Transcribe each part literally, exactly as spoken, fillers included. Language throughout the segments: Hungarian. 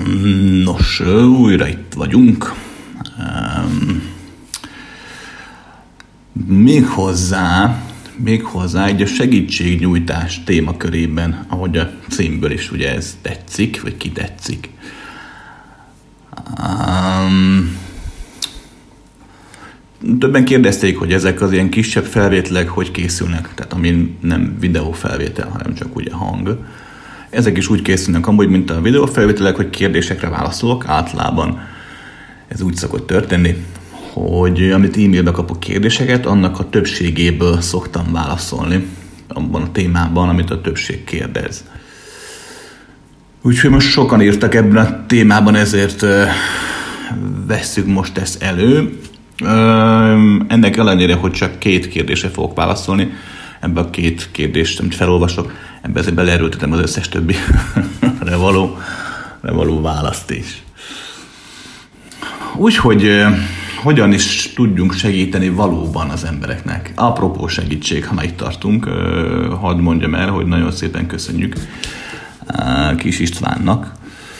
Nos, újra itt vagyunk. Um, méghozzá, méghozzá egy a segítségnyújtás témakörében, ahogy a címből is ugye ez tetszik, vagy ki tetszik. Um, többen kérdezték, hogy ezek az ilyen kisebb felvételek hogy készülnek, tehát ami nem videófelvétel, hanem csak ugye hang. Ezek is úgy készülnek amúgy, mint a videófelvételek, hogy kérdésekre válaszolok. Általában ez úgy szokott történni, hogy amit e-mailbe kapok kérdéseket, annak a többségéből szoktam válaszolni abban a témában, amit a többség kérdez. Úgyhogy most sokan írtak ebben a témában, ezért uh, vesszük most ezt elő. Uh, ennek ellenére, hogy csak két kérdésre fogok válaszolni, ebbe a két kérdést, amit felolvasok, ebbe azért beleerőltetem az összes többire való, való választ is. Úgyhogy uh, hogyan is tudjunk segíteni valóban az embereknek. Apropó segítség, ha már itt tartunk, uh, hadd mondjam el, hogy nagyon szépen köszönjük uh, Kis Istvánnak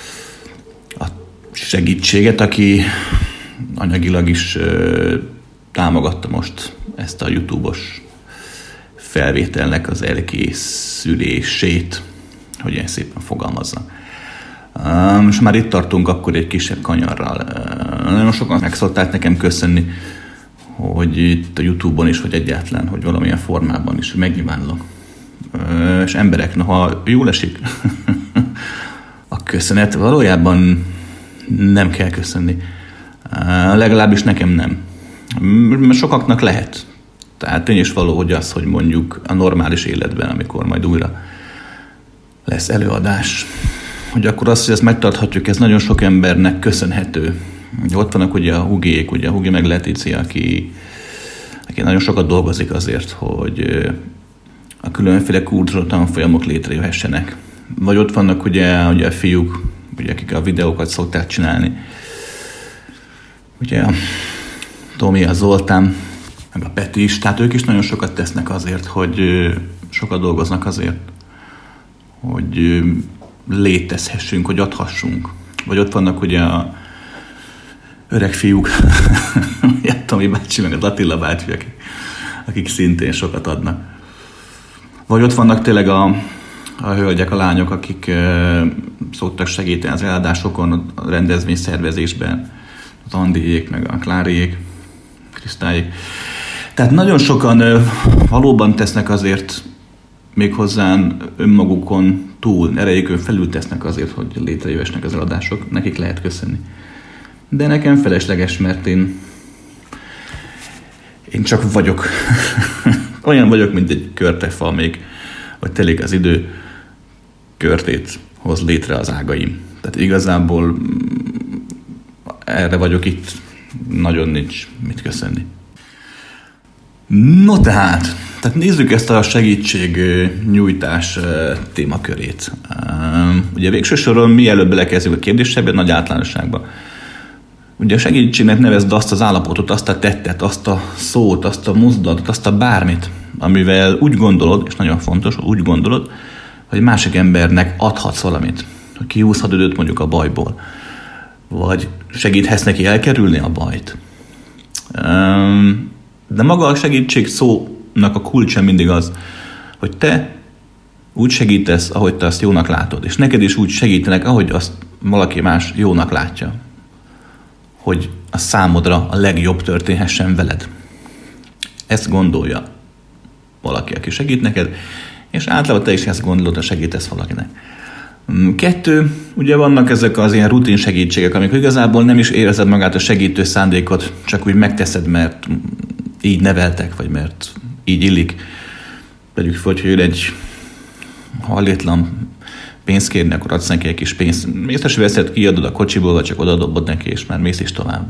a segítséget, aki anyagilag is uh, támogatta most ezt a YouTube-os felvételnek az elkészülését, hogy ilyen szépen fogalmazzak. Uh, most már itt tartunk akkor egy kisebb kanyarral. Uh, nagyon sokan meg szokták nekem köszönni, hogy itt a YouTube-on is, vagy egyáltalán, hogy valamilyen formában is megnyilvánulok. Uh, és emberek, na, ha jól esik, a köszönet valójában nem kell köszönni. Uh, legalábbis nekem nem. Mert sokaknak lehet. Tehát tény is való, hogy az, hogy mondjuk a normális életben, amikor majd újra lesz előadás, hogy akkor az, hogy ezt megtarthatjuk, ez nagyon sok embernek köszönhető. Ott vannak ugye a Hugék, ugye a Hugi meg Letícia, aki, aki nagyon sokat dolgozik azért, hogy a különféle kultúra tanfolyamok létrejöhessenek. Vagy ott vannak ugye, ugye a fiúk, ugye, akik a videókat szokták csinálni. Ugye a Tomi, a Zoltán, meg a Peti is, tehát ők is nagyon sokat tesznek azért, hogy sokat dolgoznak azért, hogy létezhessünk, hogy adhassunk. Vagy ott vannak ugye a öreg fiúk, a Tomi bácsi, meg az Attila bácsi, akik, akik szintén sokat adnak. Vagy ott vannak tényleg a, a hölgyek, a lányok, akik e, szoktak segíteni az eladásokon, a rendezvény szervezésben, az Andijék, meg a Kláriék, Krisztályék. Tehát nagyon sokan e, valóban tesznek azért, méghozzá önmagukon túl, erejükön felül tesznek azért, hogy létrejöhessenek az eladások. Nekik lehet köszönni. De nekem felesleges, mert én én csak vagyok. Olyan vagyok, mint egy körtefa, még hogy telik az idő, körtét hoz létre az ágaim. Tehát igazából erre vagyok itt, nagyon nincs mit köszönni. No tehát, tehát nézzük ezt a segítségnyújtás témakörét. Ugye végső soron mielőbb belekezdjük a kérdésebe, nagy általánosságban. Ugye a segítségnek nevezd azt az állapotot, azt a tettet, azt a szót, azt a mozdulatot, azt a bármit, amivel úgy gondolod, és nagyon fontos, úgy gondolod, hogy másik embernek adhatsz valamit, hogy kihúzhat időt mondjuk a bajból, vagy segíthetsz neki elkerülni a bajt. De maga a segítség szónak a kulcsa mindig az, hogy te úgy segítesz, ahogy te azt jónak látod, és neked is úgy segítenek, ahogy azt valaki más jónak látja, hogy a számodra a legjobb történhessen veled. Ezt gondolja valaki, aki segít neked, és általában te is ezt gondolod, ha segítesz valakinek. Kettő, ugye vannak ezek az ilyen rutin segítségek, amikor igazából nem is érzed magát a segítő szándékot, csak úgy megteszed, mert így neveltek, vagy mert így illik. Tegyük fel, hogy jön egy hajléktalan pénzt kérni, akkor adsz neki egy kis pénzt. Észre se veszed, kiadod a kocsiból, vagy csak odadobod neki, és már mész is tovább.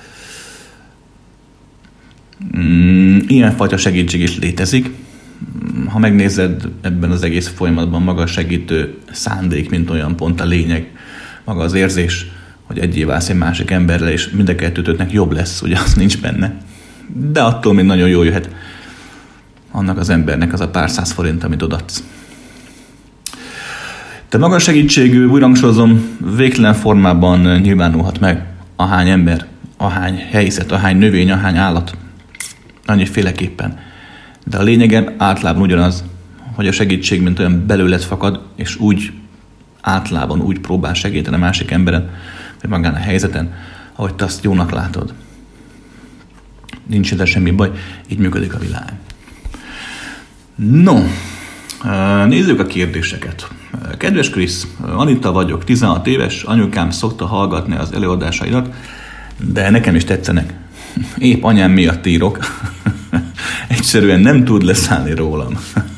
Ilyenfajta segítség is létezik. Ha megnézed ebben az egész folyamatban, maga a segítő szándék, mint olyan pont a lényeg, maga az érzés, hogy egyé válsz egy másik emberrel, és mind a kettőtöknek jobb lesz, ugye az nincs benne. De attól még nagyon jól jöhet annak az embernek az a pár száz forint, amit odaadsz. Tehát Tehát maga a segítség, újra hangsúlyozom, végtelen formában nyilvánulhat meg, ahány ember, ahány helyzet, ahány növény, ahány állat, annyiféleképpen. De a lényege általában ugyanaz, hogy a segítség mint olyan belőled fakad, és úgy általában úgy próbál segíteni a másik emberen, vagy magán a helyzeten, ahogy te azt jónak látod. Nincs ezzel semmi baj, így működik a világ. No, nézzük a kérdéseket. Kedves Krisz, Anita vagyok, tizenhat éves, anyukám szokta hallgatni az előadásaidat, de nekem is tetszenek. Épp anyám miatt írok. Egyszerűen nem tud leszállni rólam.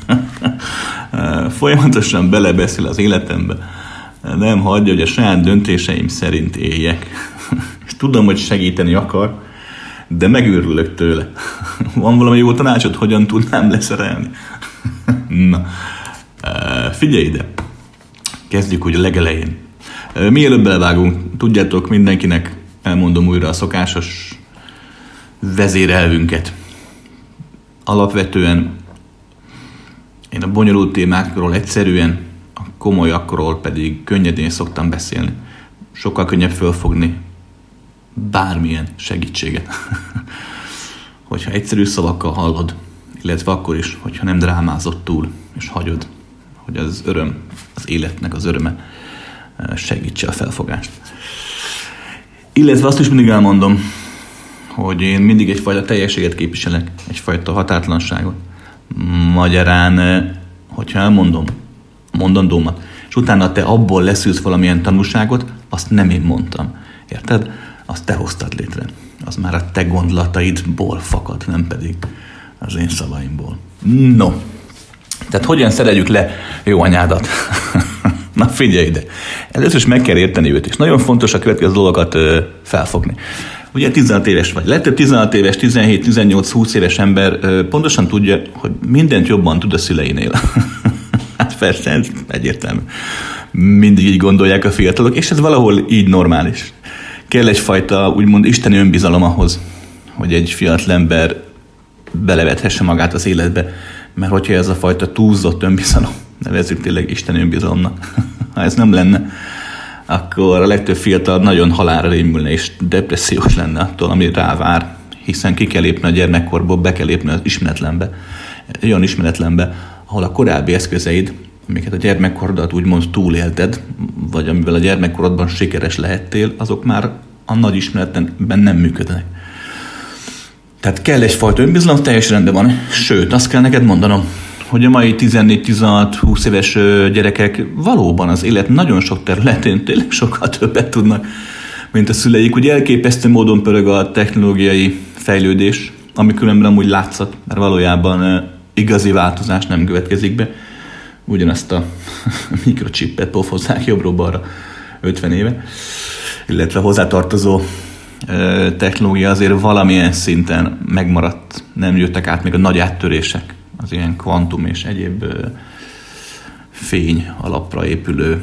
Folyamatosan belebeszél az életembe. Nem hagyja, hogy a saját döntéseim szerint éljek. És tudom, hogy segíteni akar, de megőrülök tőle. Van valami jó tanácsod, hogyan tudnám leszerelni? Na, figyelj ide. Kezdjük úgy a legelején. Mielőbb belevágunk, tudjátok, mindenkinek elmondom újra a szokásos vezérelvünket. Alapvetően én a bonyolult témákról egyszerűen, a komolyakról pedig könnyedén szoktam beszélni. Sokkal könnyebb fölfogni bármilyen segítséget. Hogyha egyszerű szavakkal hallod, illetve akkor is, hogyha nem drámázott túl, és hagyod, hogy az öröm, az életnek az öröme segítse a felfogást. Illetve azt is mindig elmondom, hogy én mindig egyfajta teljességet képviselek, egyfajta határtlanságot. Magyarán, hogyha elmondom mondandómat, és utána te abból leszűrsz valamilyen tanulságot, azt nem én mondtam. Érted? Azt te hoztad létre. Az már a te gondolataidból fakad, nem pedig az én szavaimból. No. Tehát hogyan szereljük le jó anyádat? Na figyelj ide. Először is meg kell érteni őt, és nagyon fontos a következő dolgokat ö, felfogni. Ugye tizenhat éves vagy. Legtöbb tizenhat éves, tizenhét, tizennyolc, húsz éves ember ö, pontosan tudja, hogy mindent jobban tud a szüleinél. Hát persze, ez egyértelmű. Mindig így gondolják a fiatalok, és ez valahol így normális. Kell egyfajta, úgymond isteni önbizalom ahhoz, hogy egy fiatal ember belevethesse magát az életbe, mert hogyha ez a fajta túlzott önbizalom, nevezzük tényleg isteni önbizalomnak, ha ez nem lenne, akkor a legtöbb fiatal nagyon halálra rémülne és depressziós lenne attól, ami rá vár, hiszen ki kell lépni a gyermekkorból, be kell lépni az ismeretlenbe, olyan ismeretlenbe, ahol a korábbi eszközeid, amiket a gyermekkorodat úgymond túlélted, vagy amivel a gyermekkorodban sikeres lehettél, azok már a nagy ismeretben nem működnek. Tehát kell egyfajta önbizalom, teljesen rendben van. Sőt, azt kell neked mondanom, hogy a mai tizennégy, tizenhat, húsz éves gyerekek valóban az élet nagyon sok területén tényleg sokkal többet tudnak, mint a szüleik. Ugye elképesztő módon pörög a technológiai fejlődés, ami különben amúgy látszat, mert valójában igazi változás nem következik be. Ugyanazt a mikrochippet pofozzák jobbról-balra ötven éve, illetve hozzátartozó technológia azért valamilyen szinten megmaradt, nem jöttek át még a nagy áttörések, az ilyen kvantum és egyéb fény alapra épülő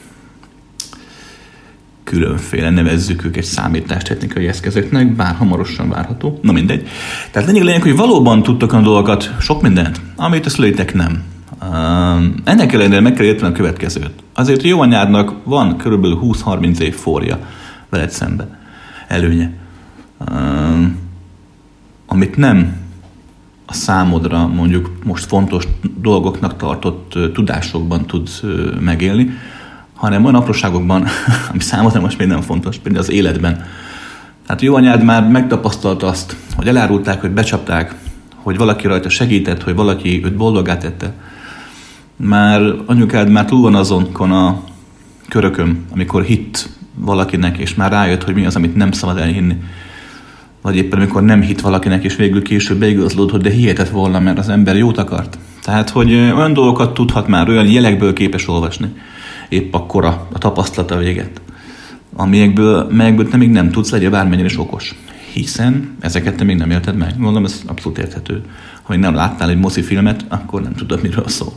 különféle, nevezzük őket számítástechnikai eszközöknek, bár hamarosan várható, na mindegy. Tehát lényeg lényeg, hogy valóban tudtok olyan dolgokat, sok mindent, amit a szüleitek nem. Uh, ennek ellenére meg kell érteni a következőt. Azért jó anyádnak van körülbelül húsz-harminc év forja veled szembe, előnye. Uh, amit nem a számodra mondjuk most fontos dolgoknak tartott uh, tudásokban tudsz uh, megélni, hanem olyan apróságokban, ami számodra most még nem fontos, például az életben. Hát jó anyád már megtapasztalta azt, hogy elárulták, hogy becsapták, hogy valaki rajta segített, hogy valaki őt boldoggá tette. Már anyukád már túl van azonkon a körökön, amikor hitt valakinek, és már rájött, hogy mi az, amit nem szabad elhinni. Vagy éppen amikor nem hitt valakinek, és végül később beigazolódott, hogy de hihetett volna, mert az ember jót akart. Tehát, hogy olyan dolgokat tudhat már, olyan jelekből képes olvasni. Épp akkor a, a tapasztalata véget. Amelyekből, melyekből te még nem tudsz, legyen bármennyire is okos. Hiszen ezeket te még nem élted meg. Gondolom, ez abszolút érthető. Ha még nem láttál egy mozifilmet, akkor nem tudod, miről szól.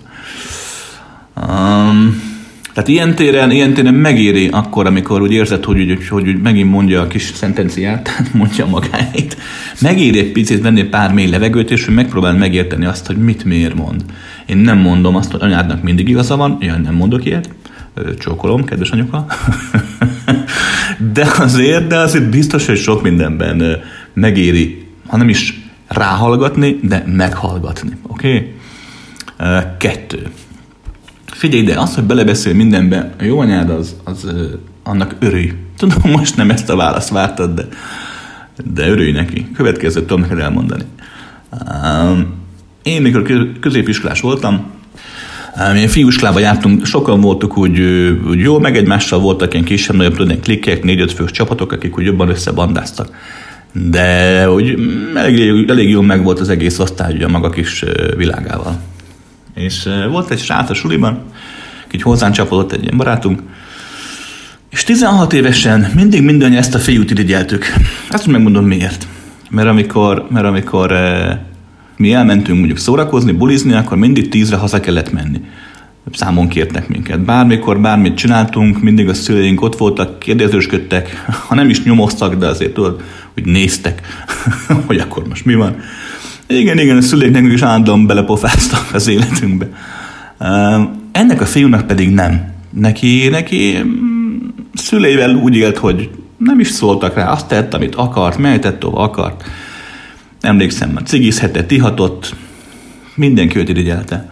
Um, tehát ilyen téren, ilyen téren megéri akkor, amikor úgy érzed, hogy, hogy, hogy, hogy megint mondja a kis szentenciát, tehát mondja magáit. Megéri egy picit venni pár mély levegőt, és hogy megpróbálni megérteni azt, hogy mit miért mond. Én nem mondom azt, hogy anyádnak mindig igaza van, én nem mondok ilyet, Csókolom, kedves anyuka. de azért, de azért biztos, hogy sok mindenben megéri, ha nem is ráhallgatni, de meghallgatni. Oké? Okay? Kettő. Figyelj ide, az, hogy belebeszél mindenbe, a jó anyád az, az annak örülj. Tudom, most nem ezt a választ vártad, de, de örülj neki. Következőt tudom neked elmondani. Én mikor középiskolás voltam, milyen fiúiskolába jártunk, sokan voltunk úgy, úgy jól, meg egymással voltak ilyen kisebb-nagyobb tudnék klikkek, négy-öt fős csapatok, akik úgy jobban összebandáztak. De úgy elég, elég jól meg volt az egész osztály a maga kis világával. És volt egy srác a suliban, aki hozzánk csapodott, egy ilyen barátunk, és tizenhat évesen mindig minden ezt a fiút irigyeltük. Azt megmondom miért. Mert amikor, mert amikor mi elmentünk mondjuk szórakozni, bulizni, akkor mindig tízre haza kellett menni. Számon kértek minket. Bármikor, bármit csináltunk, mindig a szüleink ott voltak, kérdezősködtek, ha nem is nyomoztak, de azért tudod, hogy néztek, hogy akkor most mi van. Igen, igen, a szüleik nekünk is állandóan belepofáztak az életünkbe. Ennek a fiúnak pedig nem. Neki, neki szüleivel úgy élt, hogy nem is szóltak rá, azt tett, amit akart, mehetett, tova akart. Emlékszem, már cigizhetett, ihatott, mindenki őt irigyelte.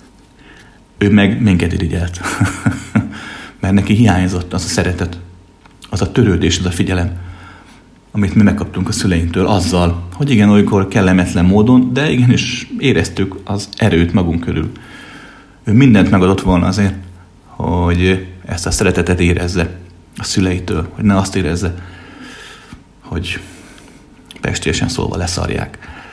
Ő meg minket irigyelt. Mert neki hiányzott az a szeretet, az a törődés, az a figyelem, amit mi megkaptunk a szüleinktől azzal, hogy igen, olykor kellemetlen módon, de igenis éreztük az erőt magunk körül. Ő mindent megadott volna azért, hogy ezt a szeretetet érezze a szüleitől, hogy ne azt érezze, hogy pestélyesen szólva leszarják.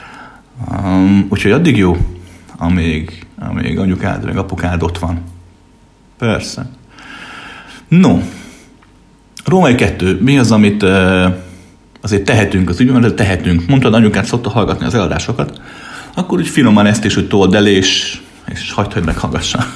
Um, úgyhogy addig jó, amíg, amíg anyukád, meg apukád ott van. Persze. No, Római kettő, mi az, amit uh, azért tehetünk az ügyben, de tehetünk. Mondtad, anyukád szokta hallgatni az eladásokat, akkor úgy finoman ezt is úgy told el, és, és hagyd, hogy meghallgassa.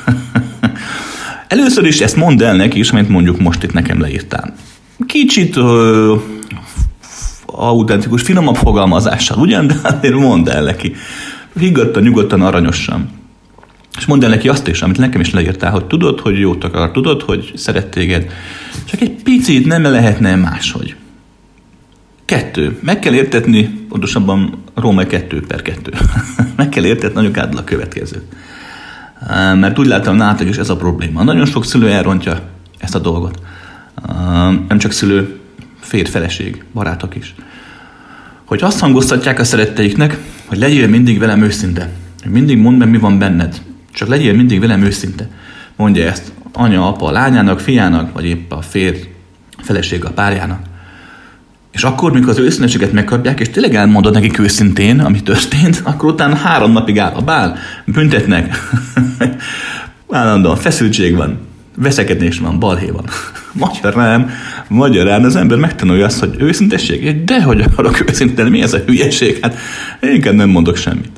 Először is ezt mondd el neki is, amit mondjuk most itt nekem leírtál. Kicsit uh, autentikus, finomabb fogalmazással, ugyan, de azért mondd el neki. Higgadtan, nyugodtan, aranyosan. És mondd el neki azt is, amit nekem is leírtál, hogy tudod, hogy jót akar, tudod, hogy szeret téged. Csak egy picit nem lehetne máshogy. Kettő. Meg kell értetni, pontosabban Római kettő per kettő. Meg kell értetni anyukáddal a következőt. Mert úgy látom, nálatok is ez a probléma. Nagyon sok szülő elrontja ezt a dolgot. Nem csak szülő, férj, feleség, barátok is. Hogy azt hangoztatják a szeretteiknek, hogy legyél mindig velem őszinte. Hogy mindig mondd meg, mi van benned. Csak legyél mindig velem őszinte. Mondja ezt anya, apa a lányának, fiának, vagy épp a férj, a feleség a párjának. És akkor, mikor az őszinteséget megkapják, és tényleg elmondod nekik őszintén, ami történt, akkor utána három napig áll a bál, büntetnek. Állandóan feszültség van, veszekedés van, balhé van. Magyarán, magyarán az ember megtanulja azt, hogy őszintesség, de hogy akarok őszintén, mi ez a hülyeség? Hát inkább nem mondok semmit.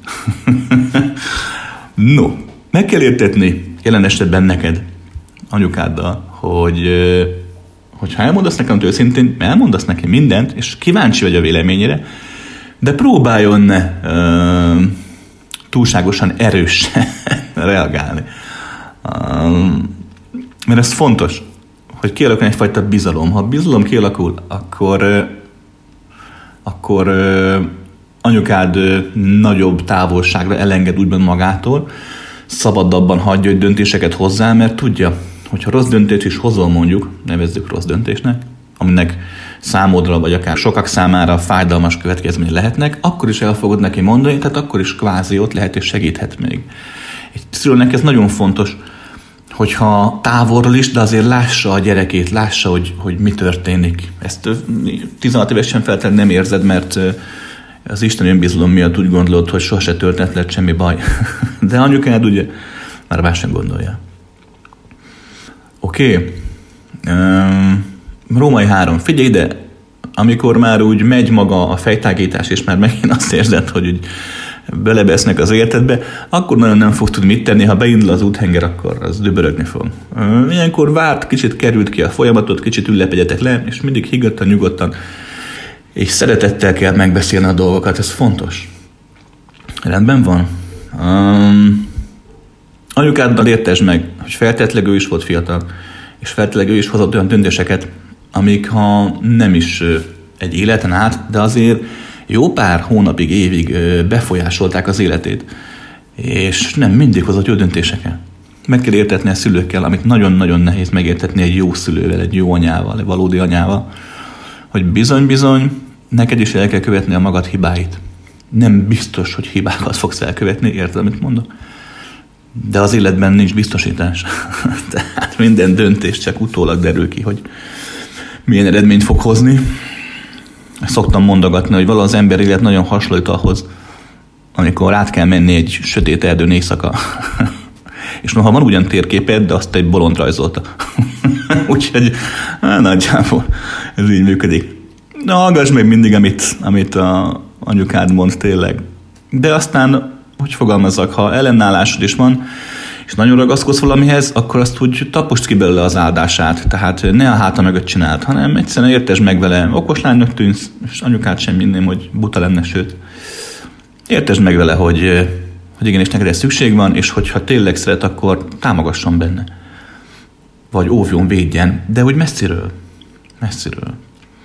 No, meg kell értetni jelen esetben neked, anyukáddal, hogy hogyha elmondasz nekem őszintén, elmondasz neki mindent, és kíváncsi vagy a véleményére, de próbáljon ne ö, túlságosan erősen reagálni. Ö, mert ez fontos, hogy kialakul egyfajta bizalom. Ha bizalom kialakul, akkor, ö, akkor ö, anyukád ö, nagyobb távolságra elenged úgymond magától, szabadabban hagyja, hogy döntéseket hozzá, mert tudja, hogyha rossz döntést is hozol mondjuk, nevezzük rossz döntésnek, aminek számodra vagy akár sokak számára fájdalmas következménye lehetnek, akkor is el fogod neki mondani, tehát akkor is kvázi ott lehet és segíthet még. Egy szülőnek ez nagyon fontos, hogyha távolról is, de azért lássa a gyerekét, lássa, hogy, hogy mi történik. Ezt tizenhat évesen feltétlenül nem érzed, mert az Isten önbizalom miatt úgy gondolod, hogy sose történt lett semmi baj. De anyukád ugye már más sem gondolja. Oké. Okay. Um, Római három. Figyelj ide, amikor már úgy megy maga a fejtágítás, és már megint azt érzed, hogy úgy belebesznek az életedbe, akkor nagyon nem fogsz tudni mit tenni, ha beindul az úthenger, akkor az dübörögni fog. Um, ilyenkor várt, kicsit került ki a folyamatot, kicsit ülepegyetek le, és mindig higgadtan, nyugodtan, és szeretettel kell megbeszélni a dolgokat, ez fontos. Rendben van? Um, Anyukáddal értesd meg, hogy feltétlenül ő is volt fiatal, és feltétlenül ő is hozott olyan döntéseket, amik ha nem is egy életen át, de azért jó pár hónapig, évig befolyásolták az életét. És nem mindig hozott jó döntéseket. Meg kell értetni a szülőkkel, amit nagyon-nagyon nehéz megértetni egy jó szülővel, egy jó anyával, egy valódi anyával, hogy bizony-bizony neked is el kell követni a magad hibáit. Nem biztos, hogy hibákat fogsz elkövetni, érted, amit mondok? De az életben nincs biztosítás. Tehát minden döntés csak utólag derül ki, hogy milyen eredményt fog hozni. Szoktam mondogatni, hogy valahogy az ember élet nagyon hasonlít ahhoz, amikor át kell menni egy sötét erdőn éjszaka. És noha van ugyan térképed, de azt egy bolond rajzolta. Úgyhogy á, nagyjából ez így működik. Na, hallgass meg mindig, amit, amit a anyukád mond tényleg. De aztán, hogy fogalmazzak, ha ellenállásod is van, és nagyon ragaszkodsz valamihez, akkor azt úgy taposd ki belőle az áldását. Tehát ne a háta mögött csináld, hanem egyszerűen értesd meg vele. Okos lánynak tűnsz, és anyukát sem minném, hogy buta lenne, sőt. Értesd meg vele, hogy, hogy igenis neked ez szükség van, és hogyha tényleg szeret, akkor támogasson benne. Vagy óvjon, védjen, de úgy messziről. Messziről.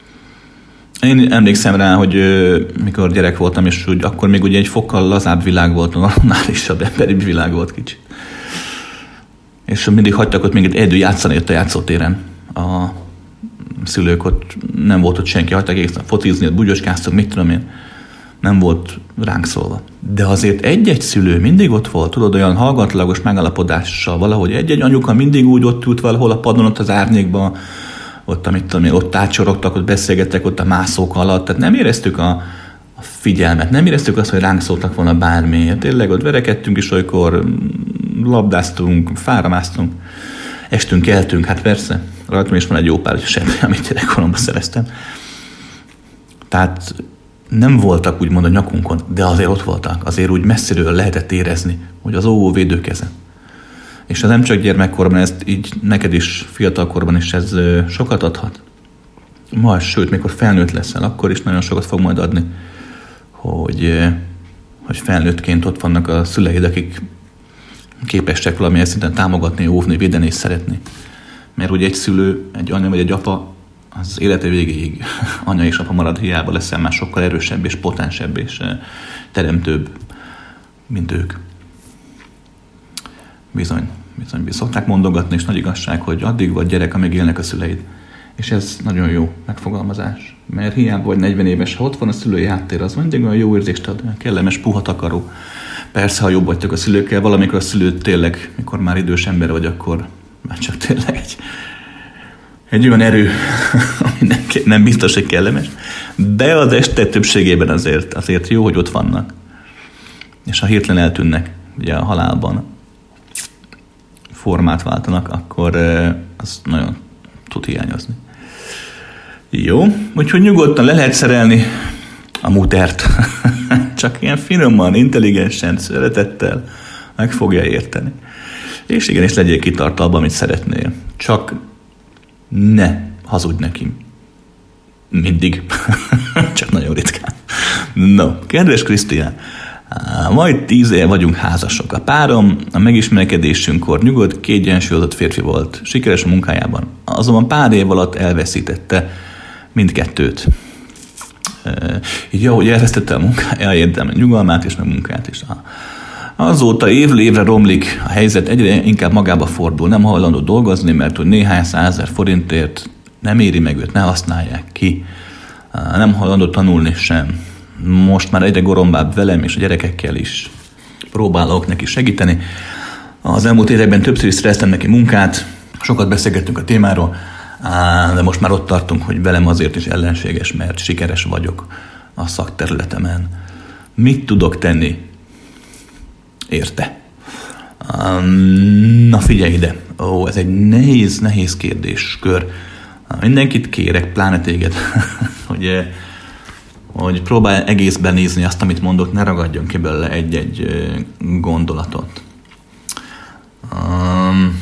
Én emlékszem rá, hogy mikor gyerek voltam, és úgy, akkor még ugye egy fokkal lazább világ volt, normálisabb, emberibb világ volt kicsit. És mindig hagytak ott minket egyedül játszani ott a játszótéren. A szülők ott nem volt ott senki, hagytak egészen focizni, ott bugyoskáztak, mit tudom én. Nem volt ránk szólva. De azért egy-egy szülő mindig ott volt, tudod, olyan hallgatlagos megállapodással valahogy egy-egy anyuka mindig úgy ott ült valahol a padon, ott az árnyékban, ott, amit tudom én, ott ácsorogtak, ott beszélgettek, ott a mászók alatt. Tehát nem éreztük a, a figyelmet, nem éreztük azt, hogy ránk szóltak volna bármi. Tényleg ott verekedtünk is, olykor labdáztunk, fáramásztunk, estünk, keltünk, hát persze. Rajtam is van egy jó pár sebre, amit gyerekkoromban szereztem. Tehát nem voltak úgymond a nyakunkon, de azért ott voltak. Azért úgy messziről lehetett érezni, hogy az óvó védőkeze. És ez nem csak gyermekkorban, ez így neked is, fiatalkorban is ez sokat adhat. Ma, sőt, mikor felnőtt leszel, akkor is nagyon sokat fog majd adni, hogy, hogy felnőttként ott vannak a szüleid, akik képesek valamilyen szinten támogatni, óvni, védeni és szeretni. Mert ugye egy szülő, egy anya vagy egy apa, az élete végéig anya és apa marad, hiába leszel már sokkal erősebb és potensebb és teremtőbb, mint ők. Bizony, bizony, bizony. Szokták mondogatni, és nagy igazság, hogy addig vagy gyerek, amíg élnek a szüleid. És ez nagyon jó megfogalmazás. Mert hiába vagy negyven éves, ha ott van a szülői háttér, az mindig olyan jó érzést ad, kellemes, puha takaró. Persze, ha jobb vagytok a szülőkkel, valamikor a szülő tényleg, mikor már idős ember vagy, akkor már csak tényleg egy, egy olyan erő, ami nem, nem biztos, hogy kellemes. De az este többségében azért, azért jó, hogy ott vannak. És ha hirtelen eltűnnek, ugye a halálban, formát váltanak, akkor az nagyon tud hiányozni. Jó, úgyhogy nyugodtan le lehet szerelni a mutert. Csak ilyen finoman, intelligensen, szeretettel meg fogja érteni. És igenis legyél kitartalba, amit szeretnél. Csak ne hazudj neki. Mindig. Csak nagyon ritkán. No, kedves Krisztián, majd tíz év vagyunk házasok. A párom a megismerkedésünkkor nyugodt, kiegyensúlyozott férfi volt, sikeres a munkájában. Azonban pár év alatt elveszítette mindkettőt. Így jó, hogy elvesztette a munkáját, a nyugalmát és a munkát is. Azóta évről évre romlik a helyzet, egyre inkább magába fordul, nem hajlandó dolgozni, mert hogy néhány százezer forintért nem éri meg őt, ne használják ki. Nem hajlandó tanulni sem. Most már egyre gorombább velem és a gyerekekkel is próbálok neki segíteni. Az elmúlt években többször is szereztem neki munkát, sokat beszélgettünk a témáról, de most már ott tartunk, hogy velem azért is ellenséges, mert sikeres vagyok a szakterületemen. Mit tudok tenni érte? Na figyelj ide, ó, ez egy nehéz, nehéz kérdéskör. Mindenkit kérek, pláne téged, hogy, hogy próbálj egészben nézni azt, amit mondok, ne ragadjon ki belőle egy-egy gondolatot. Um,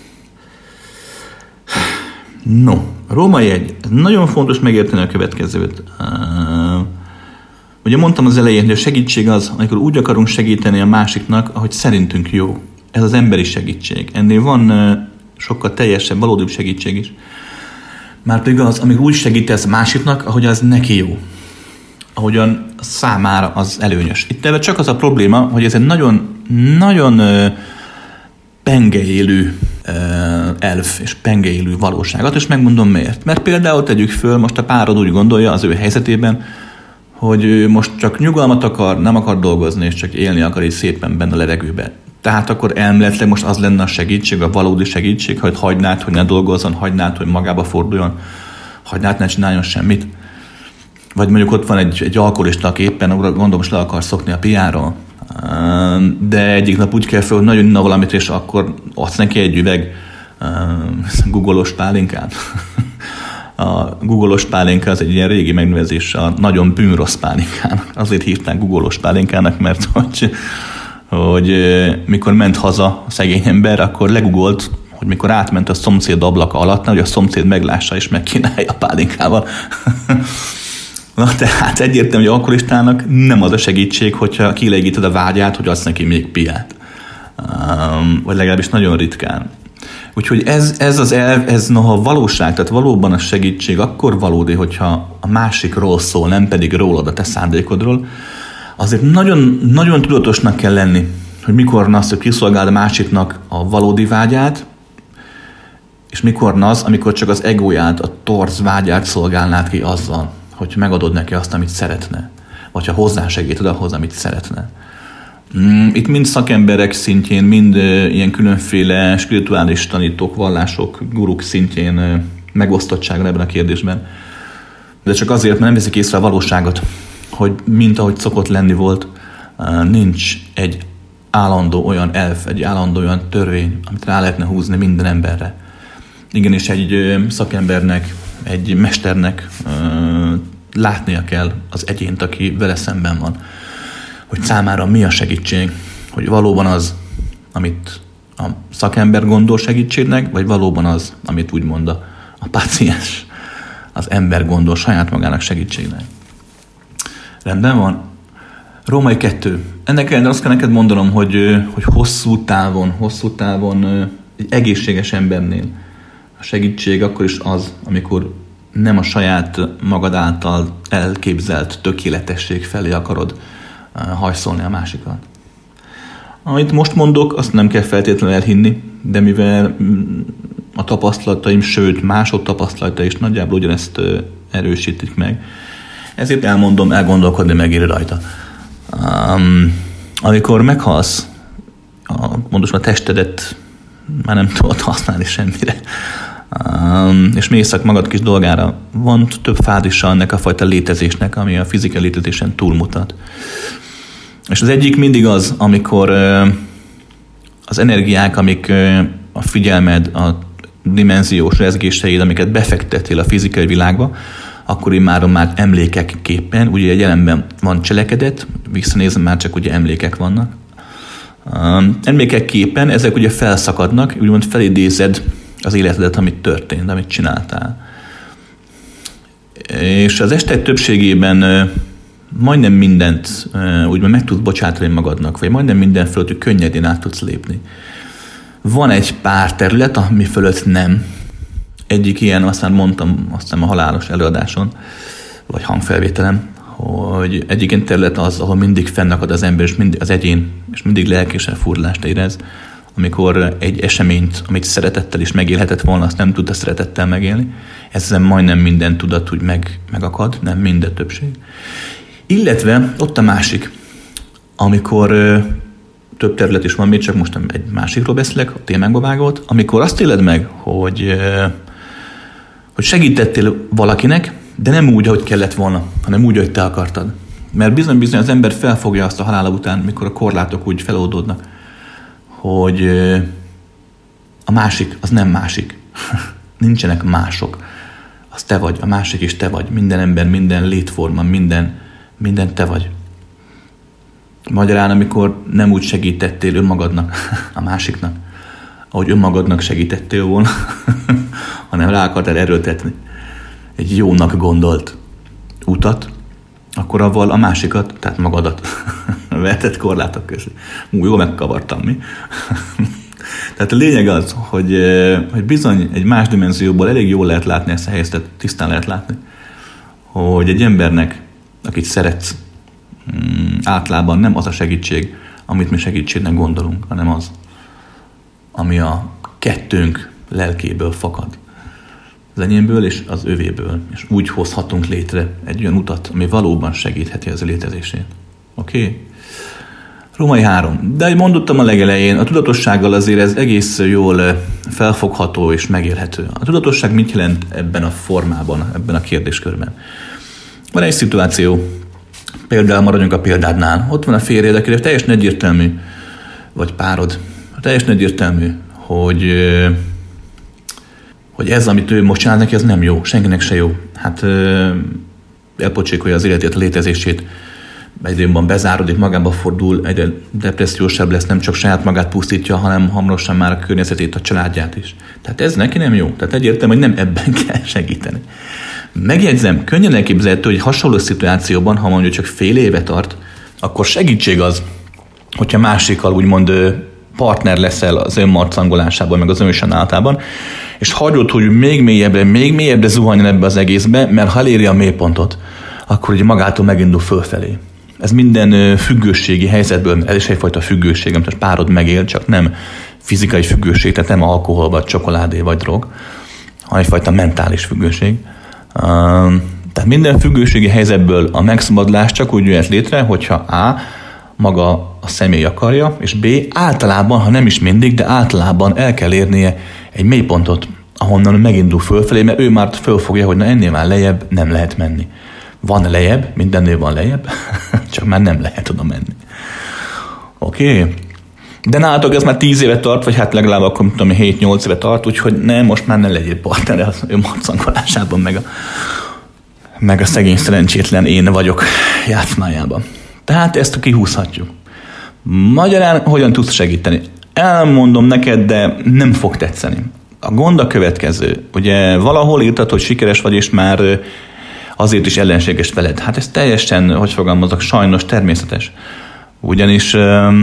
no, Római egy, nagyon fontos megérteni a következőt. Uh, ugye mondtam az elején, hogy a segítség az, amikor úgy akarunk segíteni a másiknak, ahogy szerintünk jó. Ez az emberi segítség. Ennél van uh, sokkal teljesebb, valódi segítség is. Márpedig az, amikor úgy segítesz másiknak, ahogy az neki jó. Ahogyan számára az előnyös. Itt csak az a probléma, hogy ez egy nagyon, nagyon pengeélő elf és pengeélő valóságot, és megmondom miért. Mert például tegyük föl, most a párod úgy gondolja az ő helyzetében, hogy ő most csak nyugalmat akar, nem akar dolgozni, és csak élni akar így szépen benne a levegőbe. Tehát akkor elméletileg most az lenne a segítség, a valódi segítség, hogy hagynád, hogy ne dolgozzon, hagynád, hogy magába forduljon, hagynád, ne csináljon semmit. Vagy mondjuk ott van egy, egy alkoholista, aki éppen gondolom, most le akar szokni a piáról, de egyik nap úgy kell fel, hogy nagyon inna valamit, és akkor adsz neki egy üveg Google-os pálinkát. A Google-os pálinka az egy ilyen régi megnevezés a nagyon bűnrossz pálinkának. Azért hívták Google-os pálinkának, mert hogy, hogy mikor ment haza a szegény ember, akkor legugolt, hogy mikor átment a szomszéd ablaka alatt, hogy a szomszéd meglássa és megkínálja a pálinkával. Na, tehát egyértelmű, hogy alkoholistának nem az a segítség, hogyha kielégíted a vágyát, hogy adsz neki még piát. Um, vagy legalábbis nagyon ritkán. Úgyhogy ez, ez az elv, ez noha valóság, tehát valóban a segítség akkor valódi, hogyha a másikról szól, nem pedig rólad, a te szándékodról, azért nagyon, nagyon tudatosnak kell lenni, hogy mikor az, hogy kiszolgáld a másiknak a valódi vágyát, és mikor az, amikor csak az egóját, a torz vágyát szolgálnád ki azzal, hogy megadod neki azt, amit szeretne, vagy ha hozzásegíted ahhoz, amit szeretne. Itt mind szakemberek szintjén, mind ilyen különféle spirituális tanítók, vallások, guruk szintjén megosztottság ebben a kérdésben. De csak azért, mert nem veszik észre a valóságot, hogy mint ahogy szokott lenni volt, nincs egy állandó olyan elf, egy állandó olyan törvény, amit rá lehetne húzni minden emberre. Igenis egy szakembernek, egy mesternek látnia kell az egyént, aki vele szemben van, hogy számára mi a segítség, hogy valóban az, amit a szakember gondol segítségnek, vagy valóban az, amit úgymond a, a páciens, az ember gondol saját magának segítségnek. Rendben van? Római kettő. Ennek ellenére azt kell neked mondanom, hogy, hogy hosszú távon, hosszú távon egy egészséges embernél a segítség akkor is az, amikor nem a saját magad által elképzelt tökéletesség felé akarod hajszolni a másikat. Amit most mondok, azt nem kell feltétlenül elhinni, de mivel a tapasztalataim, sőt mások tapasztalatai is nagyjából ugyanezt erősítik meg, ezért elmondom, elgondolkodni megéri rajta. Um, amikor meghalsz, a, pontosan a testedet már nem tudod használni semmire, um, és mész magad kis dolgára, van több fázisa ennek a fajta létezésnek, ami a fizikai létezésen túlmutat. És az egyik mindig az, amikor uh, az energiák, amik uh, a figyelmed, a dimenziós rezgéseid, amiket befektettél a fizikai világba, akkor immáron már emlékekképpen, ugye egy jelenben van cselekedet, visszanézem, már csak ugye emlékek vannak. Um, emlékekképpen ezek ugye felszakadnak, úgymond felidézed az életedet, amit történt, amit csináltál. És az estek többségében uh, majdnem mindent uh, úgymond meg tudsz bocsátani magadnak, vagy majdnem minden fölött könnyedén át tudsz lépni. Van egy pár terület, ami fölött nem. Egyik ilyen, aztán mondtam aztán a halálos előadáson, vagy hangfelvételem, hogy egyik ilyen terület az, ahol mindig fennakad az ember, és mindig az egyén, és mindig lelkésen furlást érez, amikor egy eseményt, amit szeretettel is megélhetett volna, azt nem tudta szeretettel megélni. Ezzel majdnem minden tudat úgy meg, megakad, nem minden többség. Illetve ott a másik, amikor több terület is van, még csak most egy másikról beszélek, a témánkba vágott, amikor azt éled meg, hogy, hogy segítettél valakinek, de nem úgy, ahogy kellett volna, hanem úgy, ahogy te akartad. Mert bizony-bizony az ember felfogja azt a halála után, mikor a korlátok úgy feloldódnak, hogy a másik az nem másik. Nincsenek mások. Az te vagy, a másik is te vagy. Minden ember, minden létforma, minden, minden te vagy. Magyarán, amikor nem úgy segítettél önmagadnak, a másiknak, ahogy önmagadnak segítettél volna, hanem rá akartál erőltetni egy jónak gondolt utat, akkor avval a másikat, tehát magadat vetett korlátok közé. Ú, jól megkavartam, mi? Tehát a lényeg az, hogy, hogy bizony egy más dimenzióból elég jól lehet látni ezt a helyzetet, tisztán lehet látni, hogy egy embernek, akit szeretsz, általában nem az a segítség, amit mi segítségnek gondolunk, hanem az, ami a kettőnk lelkéből fakad. Az enyémből és az övéből. És úgy hozhatunk létre egy olyan utat, ami valóban segítheti az létezését. Oké? Okay? Római három. De, ahogy mondottam a legelején, a tudatossággal azért ez egész jól felfogható és megélhető. A tudatosság mit jelent ebben a formában, ebben a kérdéskörben? Van egy szituáció, például maradjunk a példádnál. Ott van a férjed, akire teljesen egyértelmű, vagy párod, teljesen egyértelmű, hogy, hogy ez, amit ő most csinál neki, ez nem jó, senkinek se jó. Hát elpocsékolja az életét, a létezését, egyre jobban bezárodik, magába fordul, egyre depressziósabb lesz, nem csak saját magát pusztítja, hanem hamarosan már a környezetét, a családját is. Tehát ez neki nem jó. Tehát egyértelmű, hogy nem ebben kell segíteni. Megjegyzem, könnyen elképzelhető, hogy hasonló szituációban, ha mondjuk csak fél éve tart, akkor segítség az, hogyha másikkal úgymond partner leszel az önmarcangolásában, meg az önsajnálatában, és hagyod, hogy még mélyebbre, még mélyebbre zuhanjon ebbe az egészbe, mert ha eléri a mélypontot, akkor ugye magától megindul fölfelé. Ez minden függőségi helyzetből, ez is egyfajta függőség, amit a párod megél, csak nem fizikai függőség, tehát nem alkohol, vagy csokoládé, vagy drog, hanem egyfajta mentális függőség. Tehát minden függőségi helyzetből a megszabadulás csak úgy jöhet létre, hogyha A. maga a személy akarja, és B. általában, ha nem is mindig, de általában el kell érnie egy mélypontot, ahonnan megindul fölfelé, mert ő már fölfogja, hogy na ennél már lejjebb nem lehet menni. Van lejjebb, mindennél van lejjebb, csak már nem lehet oda menni. Oké? Okay. De nálatok ez már tíz éve tart, vagy hát legalább akkor tudom, hét-nyolc éve tart, úgyhogy nem, most már ne legyél partner az önmarcangolásában, meg a, meg a szegény szerencsétlen én vagyok játszmájában. Tehát ezt kihúzhatjuk. Magyarán hogyan tudsz segíteni? Elmondom neked, de nem fog tetszeni. A gond a következő. Ugye valahol írtad, hogy sikeres vagy, és már azért is ellenséges veled. Hát ez teljesen, hogy fogalmazok, sajnos természetes. Ugyanis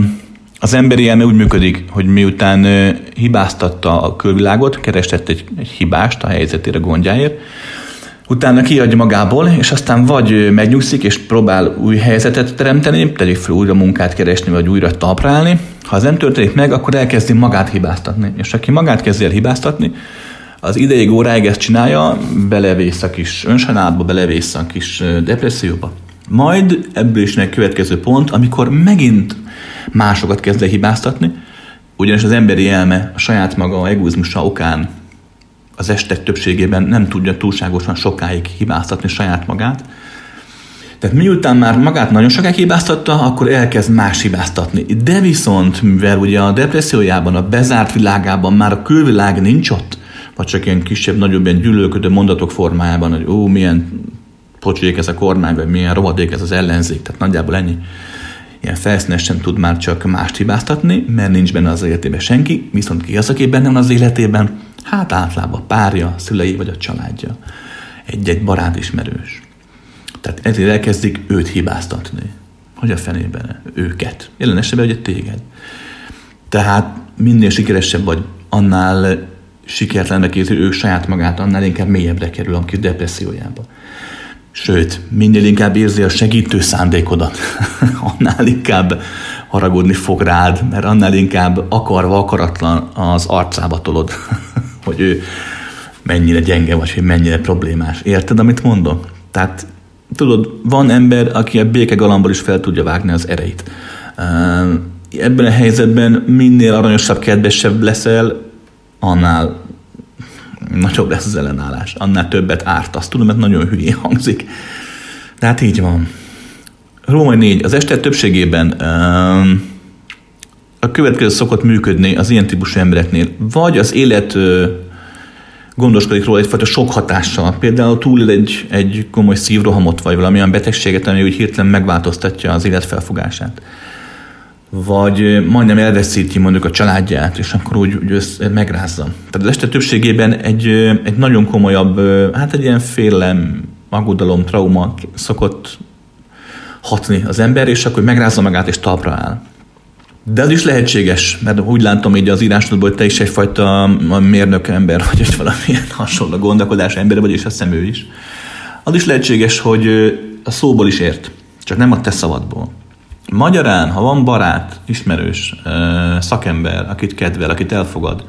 az emberi elme úgy működik, hogy miután hibáztatta a külvilágot, keresett egy, egy hibást a helyzetére, a gondjáért, utána kiadja magából, és aztán vagy megnyugszik, és próbál új helyzetet teremteni, tegyük fel újra munkát keresni, vagy újra talpra állni. Ha ez nem történik meg, akkor elkezdi magát hibáztatni. És aki magát kezdi el hibáztatni, az ideig óráig ezt csinálja, belevész a kis önsajnálatba, belevész a kis depresszióba. Majd ebből is egy következő pont, amikor megint másokat kezd el hibáztatni, ugyanis az emberi elme a saját maga egoizmusa okán az estek többségében nem tudja túlságosan sokáig hibáztatni saját magát. Tehát miután már magát nagyon sokáig hibáztatta, akkor elkezd más hibáztatni. De viszont, mivel ugye a depressziójában, a bezárt világában már a külvilág nincs ott, vagy csak ilyen kisebb, nagyobb, ilyen gyűlölködő mondatok formájában, hogy ó, milyen pocsék ez a kormány, vagy milyen rohadék ez az ellenzék, tehát nagyjából ennyi. Ilyen felszínesen tud már csak mást hibáztatni, mert nincs benne az életében senki, viszont ki az, aki benne van az életében? Hát általában a párja, a szülei vagy a családja. Egy-egy barát ismerős. Tehát ezért elkezdik őt hibáztatni. Hogy a fenében? Őket. Jelen esetben ugye téged. Tehát minél sikeresebb vagy, annál sikertlennek érzi ő saját magát, annál inkább mélyebbre kerül a kis depressziójába. Sőt, minél inkább érzi a segítő szándékodat, annál inkább haragudni fog rád, mert annál inkább akarva, akaratlan az arcába tolod, hogy ő mennyire gyenge vagy, hogy mennyire problémás. Érted, amit mondok? Tehát tudod, van ember, aki a békegalambból is fel tudja vágni az ereit. Ebben a helyzetben minél aranyosabb, kedvesebb leszel, annál nagyobb lesz az ellenállás, annál többet ártasz. Tudom, mert nagyon hülyén hangzik. Tehát így van. Római négy. Az estek többségében um, a következő szokott működni az ilyen típusú embereknél. Vagy az élet uh, gondoskodik róla egyfajta sok hatással. Például túl egy, egy komoly szívrohamot, vagy valamilyen betegséget, ami úgy hirtelen megváltoztatja az élet felfogását. Vagy majdnem elveszíti mondjuk a családját, és akkor úgy, úgy össze, megrázza. Tehát az este többségében egy, egy nagyon komolyabb, hát egy ilyen félelem, aggodalom, trauma szokott hatni az ember, és akkor megrázza magát és talpra áll. De az is lehetséges, mert úgy látom így az írásodból, hogy te is egyfajta mérnök ember vagy, vagy valamilyen hasonló gondolkodás ember vagy, és azt hiszem ő is. Az is lehetséges, hogy a szóból is ért, csak nem a te szavadból. Magyarán, ha van barát, ismerős, szakember, akit kedvel, akit elfogad,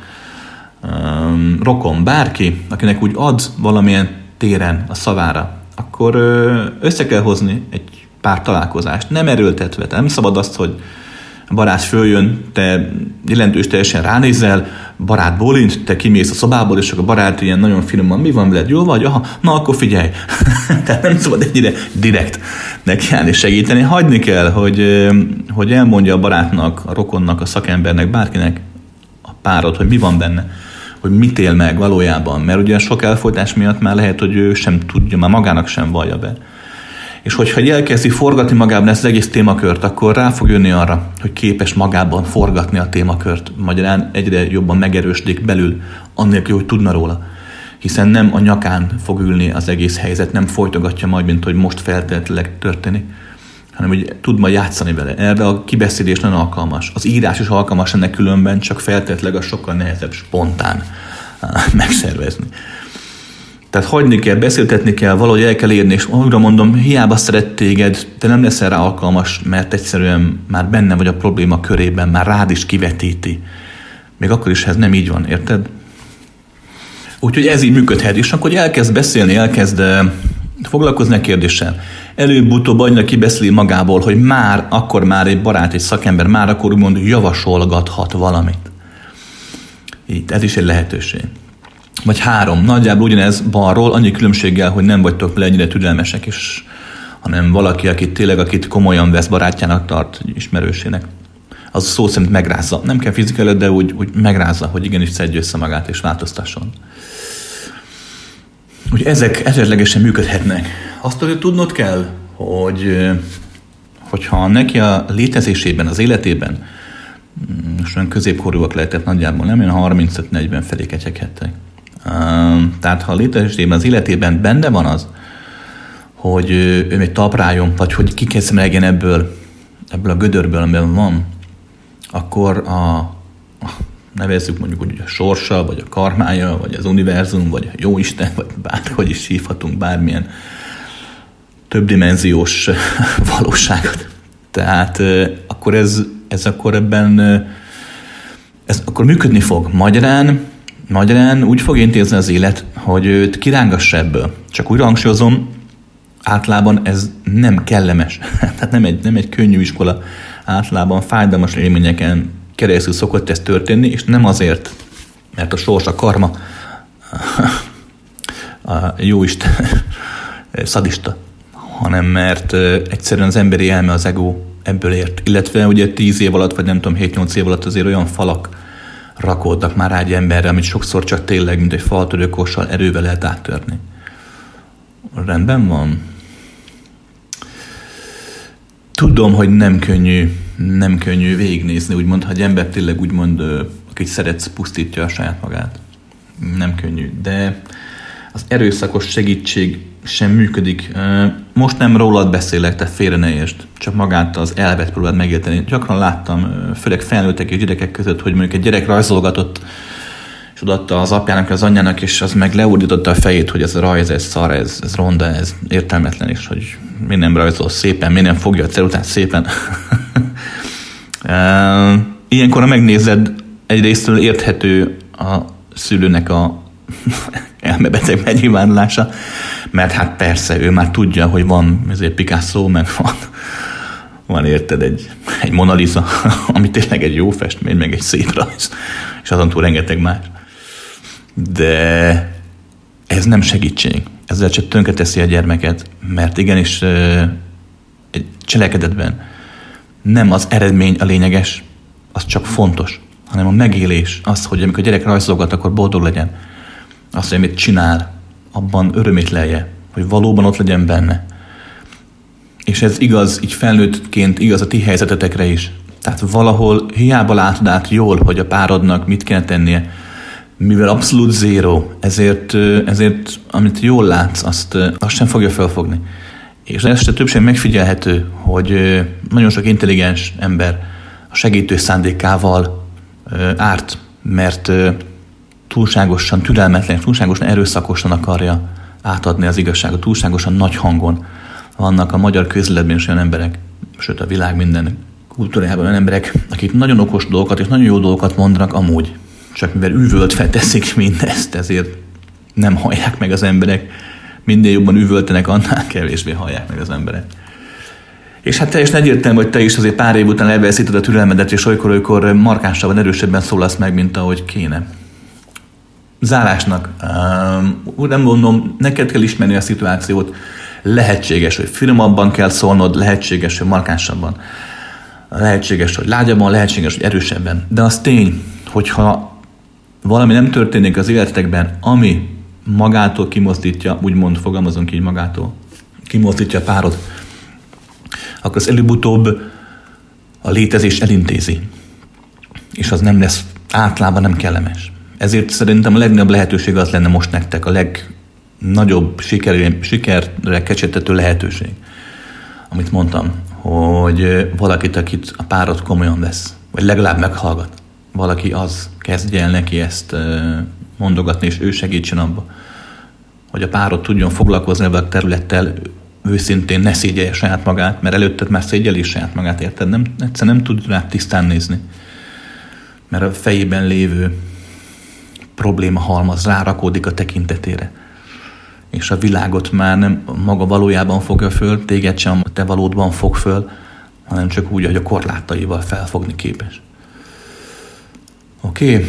rokon, bárki, akinek úgy ad valamilyen téren a szavára, akkor össze kell hozni egy pár találkozást. Nem erőltetve, nem szabad azt, hogy a barát följön, te jelentős teljesen ránézel, barát bólint, te kimész a szobából, és akkor a barát ilyen nagyon finoman, mi van veled, jól vagy? Aha, na akkor figyelj. Tehát nem szabad ennyire direkt nekiállni segíteni. Hagyni kell, hogy, hogy elmondja a barátnak, a rokonnak, a szakembernek, bárkinek a párod, hogy mi van benne, hogy mit él meg valójában. Mert ugye sok elfolytás miatt már lehet, hogy ő sem tudja, már magának sem vallja be. És hogyha elkezdi forgatni magában ezt az egész témakört, akkor rá fog jönni arra, hogy képes magában forgatni a témakört. Magyarán egyre jobban megerősödik belül, annélkül, hogy tudna róla. Hiszen nem a nyakán fog ülni az egész helyzet, nem folytogatja majd, mint hogy most feltétlenül történik, hanem hogy tud majd játszani vele. Erre a kibeszélés nem alkalmas. Az írás is alkalmas ennek különben, csak feltétlenül a sokkal nehezebb, spontán megszervezni. Tehát hagyni kell, beszéltetni kell, valahogy el kell érni, és újra mondom, hiába szeret téged, te nem leszel rá alkalmas, mert egyszerűen már benne vagy a probléma körében, már rád is kivetíti. Még akkor is ez nem így van, érted? Úgyhogy ez így működhet, és akkor elkezd beszélni, elkezd foglalkozni a kérdéssel. Előbb-utóbb annyira kibeszéli magából, hogy már, akkor már egy barát, egy szakember, már akkor úgymond javasolgathat valamit. Itt ez is egy lehetőség. Vagy három. Nagyjából ugyanez balról, annyi különbséggel, hogy nem vagytok vele ennyire türelmesek, és, hanem valaki, akit tényleg, akit komolyan vesz, barátjának tart, ismerősének. Az szó szerint megrázza. Nem kell fizikailag, de úgy, úgy megrázza, hogy igenis szedje össze magát, és változtasson. Úgy ezek esetlegesen működhetnek. Azt azért tudnod kell, hogy hogyha neki a létezésében, az életében, most olyan középkorúak lehetett nagyjából, nem olyan harmincöt-negyven felé ketyeghettek. Tehát ha a létezésében, az életében benne van az, hogy ő még talprájon, vagy hogy kikezdjen ebből, ebből a gödörből, amiben van, akkor a, a nevezzük mondjuk úgy a sorsa, vagy a karmája, vagy az univerzum, vagy a jóisten, vagy bárhogy is hívhatunk bármilyen többdimenziós valóságot. Tehát akkor ez, ez akkor ebben ez akkor működni fog. Magyarán, magyarán úgy fog intézni az élet, hogy őt kirángassa ebből. Csak újra hangsúlyozom, általában ez nem kellemes. Tehát nem egy, nem egy könnyű iskola. Általában fájdalmas élményeken keresztül szokott ez történni, és nem azért, mert a sors, a karma, a jóisten szadista, hanem mert egyszerűen az emberi elme, az ego ebből ért. Illetve ugye tíz év alatt, vagy nem tudom, hét-nyolc év alatt azért olyan falak rakódnak már rá egy emberre, amit sokszor csak tényleg, mint egy faltörőkossal erővel lehet áttörni. Rendben van? Tudom, hogy nem könnyű, nem könnyű végignézni, úgymond, ha egy ember tényleg úgymond, akit szeretsz, pusztítja a saját magát. Nem könnyű, de az erőszakos segítség sem működik. Most nem rólad beszélek, te félre ne értsd, csak magát az elvet próbáld megérteni. Gyakran láttam, főleg felnőttek és gyerekek között, hogy mondjuk egy gyerek rajzolgatott, és odaadta az apjának, az anyjának, és az meg leordította a fejét, hogy ez a rajz, ez szar, ez, ez ronda, ez értelmetlen, és hogy miért nem rajzol szépen, miért nem fogja a cerutát szépen. Ilyenkor, ha megnézed, egyrésztről érthető a szülőnek a elmebeteg megnyilvánulása, mert hát persze, ő már tudja, hogy van ezért Picasso, meg van, van érted egy, egy Mona Lisa, ami tényleg egy jó festmény, meg egy szép rajz, és azon túl rengeteg más. De ez nem segítség. Ezzel csak tönkreteszi a gyermeket, mert igenis egy cselekedetben nem az eredmény a lényeges, az csak fontos, hanem a megélés, az, hogy amikor a gyerek rajzolgat, akkor boldog legyen. Azt, hogy amit csinál, abban örömét lelje, hogy valóban ott legyen benne. És ez igaz, így felnőttként igaz a ti helyzetetekre is. Tehát valahol hiába látod át jól, hogy a párodnak mit kell tennie, mivel abszolút zéro, ezért, ezért amit jól látsz, azt, azt sem fogja felfogni. És ez se többség megfigyelhető, hogy nagyon sok intelligens ember a segítő szándékával árt, mert túlságosan türelmetlen, túlságosan erőszakosan akarja átadni az igazságot, túlságosan nagy hangon. Vannak a magyar közéletben is olyan emberek, sőt a világ minden kultúrájában olyan emberek, akik nagyon okos dolgokat és nagyon jó dolgokat mondanak amúgy. Csak mivel üvöltve teszik mindezt, ezért nem hallják meg az emberek. Minél jobban üvöltenek, annál kevésbé hallják meg az emberek. És hát teljesen egyértelmű, hogy te is azért pár év után elveszíted a türelmedet, és olykor-olykor markánsabban, erősebben szólasz meg, mint ahogy kéne. Zárásnak, úgy nem mondom, neked kell ismerni a szituációt, lehetséges, hogy finomabban kell szólnod, lehetséges, hogy markánsabban, lehetséges, hogy lágyabban, lehetséges, hogy erősebben. De az tény, hogyha valami nem történik az életetekben, ami magától kimozdítja, úgymond fogalmazunk így magától, kimozdítja a párod, akkor az előbb-utóbb a létezés elintézi. És az nem lesz általában nem kellemes. Ezért szerintem a legnagyobb lehetőség az lenne most nektek, a legnagyobb sikerre, sikerre kecsetető lehetőség, amit mondtam, hogy valakit, akit a párod komolyan vesz, vagy legalább meghallgat. Valaki az kezdje el neki ezt mondogatni, és ő segítsen abba, hogy a párod tudjon foglalkozni ebben a területtel, őszintén ne szégyelje saját magát, mert előtted már szégyeli saját magát, érted? Nem, egyszer nem tud rá tisztán nézni, mert a fejében lévő probléma halmaz rárakódik a tekintetére, és a világot már nem maga valójában fogja föl, téged sem a te valódban fog föl, hanem csak úgy, hogy a korlátaival felfogni képes. Oké? Okay.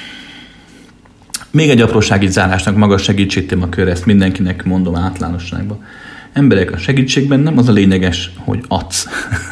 Még egy apróság így zárásnak, maga segítségtémakör, ezt mindenkinek mondom általánosságban. Emberek, a segítségben nem az a lényeges, hogy adsz,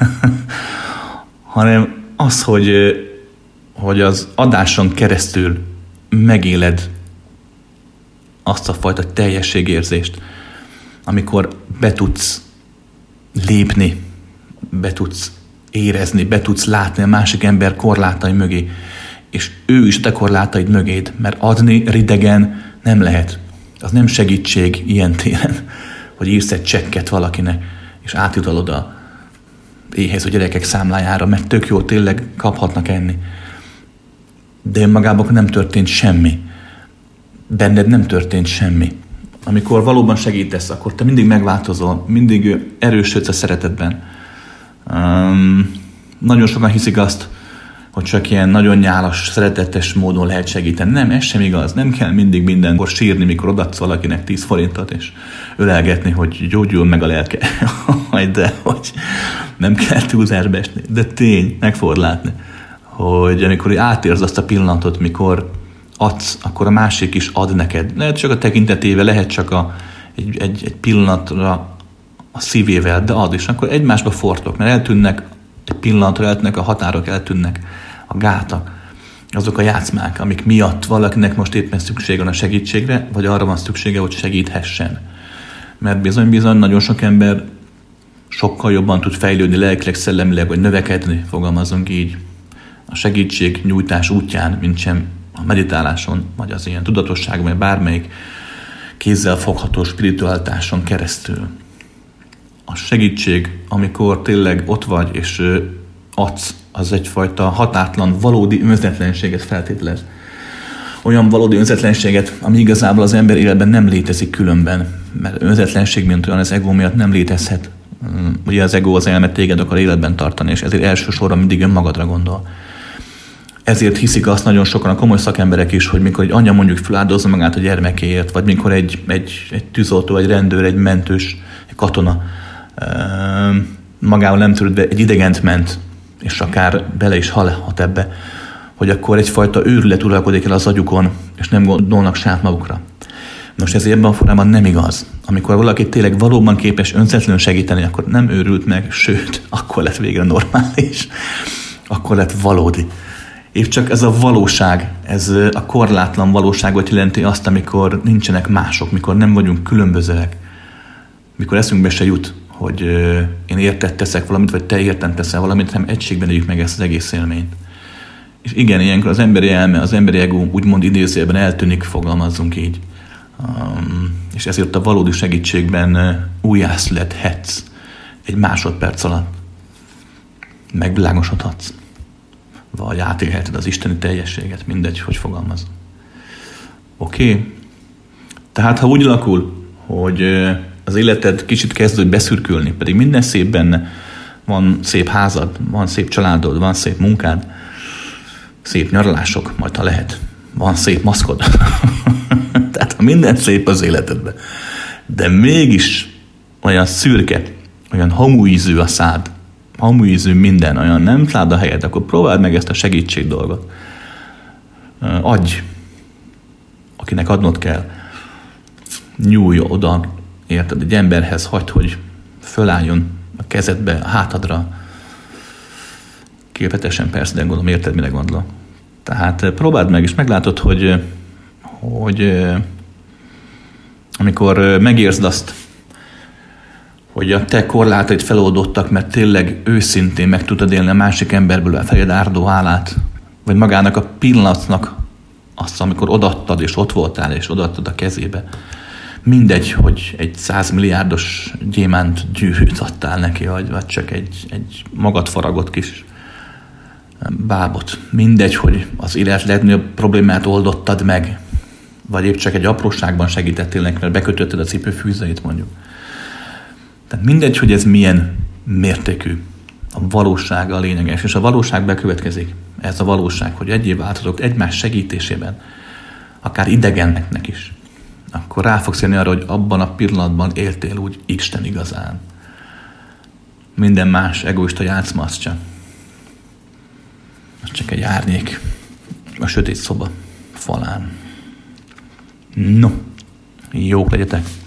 hanem az, hogy, hogy az adáson keresztül megéled azt a fajta teljességérzést, amikor be tudsz lépni, be tudsz érezni, be tudsz látni a másik ember korlátai mögé, és ő is te korlátaid mögéd, mert adni ridegen nem lehet. Az nem segítség ilyen téren, hogy írsz egy csekket valakinek, és átjutalod a éhező gyerekek számlájára, mert tök jó, tényleg kaphatnak enni. De önmagában nem történt semmi. Benned nem történt semmi. Amikor valóban segítesz, akkor te mindig megváltozol, mindig erősödsz a szeretetben. Um, nagyon sokan hiszik azt, hogy csak ilyen nagyon nyálas, szeretetes módon lehet segíteni. Nem, ez sem igaz. Nem kell mindig mindenkor sírni, mikor odaadsz valakinek tíz forintot, és ölelgetni, hogy gyógyul meg a lelke. De hogy nem kell túlzásba esni. De tény, meg fogod látni, hogy amikor átérzed azt a pillanatot, mikor adsz, akkor a másik is ad neked. Lehet csak a tekintetével, lehet csak a, egy, egy, egy pillanatra a szívével, de ad is. Akkor egymásba fortok, mert eltűnnek egy pillanatra, eltűnnek a határok, eltűnnek a gátak, azok a játszmák, amik miatt valakinek most éppen szükség van a segítségre, vagy arra van szüksége, hogy segíthessen. Mert bizony-bizony nagyon sok ember sokkal jobban tud fejlődni lelkileg, szellemileg, vagy növekedni, fogalmazunk így, a segítség nyújtás útján, mint sem a meditáláson, vagy az ilyen tudatosság, vagy bármelyik kézzel fogható spiritualitáson keresztül. A segítség, amikor tényleg ott vagy, és adsz, az egyfajta határtlan, valódi önzetlenséget feltételez. Olyan valódi önzetlenséget, ami igazából az ember életben nem létezik különben. Mert önzetlenség, mint olyan, az ego miatt nem létezhet. Ugye az ego az elmet téged akar életben tartani, és ezért elsősorban mindig önmagadra gondol. Ezért hiszik azt nagyon sokan a komoly szakemberek is, hogy mikor egy anya mondjuk feláldozza magát a gyermekéért, vagy mikor egy, egy, egy tűzoltó, egy rendőr, egy mentős, egy katona magával nem törődve egy idegent ment, és akár bele is halhat ebbe, hogy akkor egyfajta őrület uralkodik el az agyukon, és nem gondolnak saját magukra. Most ez ebben a formában nem igaz. Amikor valaki tényleg valóban képes önzetlenül segíteni, akkor nem őrült meg, sőt, akkor lett végre normális. Akkor lett valódi. És csak ez a valóság, ez a korlátlan valóságot jelenti azt, amikor nincsenek mások, mikor nem vagyunk különbözőek. Mikor eszünkbe se jut, hogy én értett teszek valamit, vagy te értem teszel valamit, hanem egységben éljük meg ezt az egész élményt. És igen, ilyenkor az emberi elme, az emberi ego úgymond idézőjelben eltűnik, fogalmazzunk így. Um, és ezért a valódi segítségben újjászülethetsz egy másodperc alatt. Megvilágosodhatsz. vagy átélheted az isteni teljességet, mindegy, hogy fogalmaz. Oké? Okay? Tehát ha úgy alakul, hogy az életed kicsit kezd hogy beszürkülni, pedig minden szép benne, van szép házad, van szép családod, van szép munkád, szép nyaralások, majd ha lehet, van szép maszkod. Tehát ha minden szép az életedben, de mégis olyan szürke, olyan hamuízű a szád, hamuízű minden, olyan nem szád a helyed, akkor próbáld meg ezt a segítség dolgot. Adj, akinek adnod kell. Nyúlj oda, érted, egy emberhez, hagyd, hogy fölálljon a kezedbe, a hátadra. Képletesen persze, de gondolom, érted, mire gondolok. Tehát próbáld meg, és meglátod, hogy, hogy amikor megérzed azt, hogy a te korlátaid feloldottak, mert tényleg őszintén meg tudod élni a másik emberből a fejed árdó hálát, vagy magának a pillanatnak azt, amikor odaadtad, és ott voltál, és odaadtad a kezébe. Mindegy, hogy egy százmilliárdos gyémánt gyűrűt adtál neki, vagy, vagy csak egy, egy magad faragott kis bábot. Mindegy, hogy az élet legnagyobb problémát oldottad meg, vagy épp csak egy apróságban segítettél neki, mert bekötötted a cipőfűzeit, mondjuk. Tehát mindegy, hogy ez milyen mértékű. A valóság a lényeges, és a valóság bekövetkezik. Ez a valóság, hogy egyéb változatok egymás segítésében, akár idegeneknek is, akkor rá fogsz jönni arra, hogy abban a pillanatban éltél úgy Isten igazán. Minden más egoista játszma az csak. Az csak egy árnyék a sötét szoba falán. No, jók legyetek!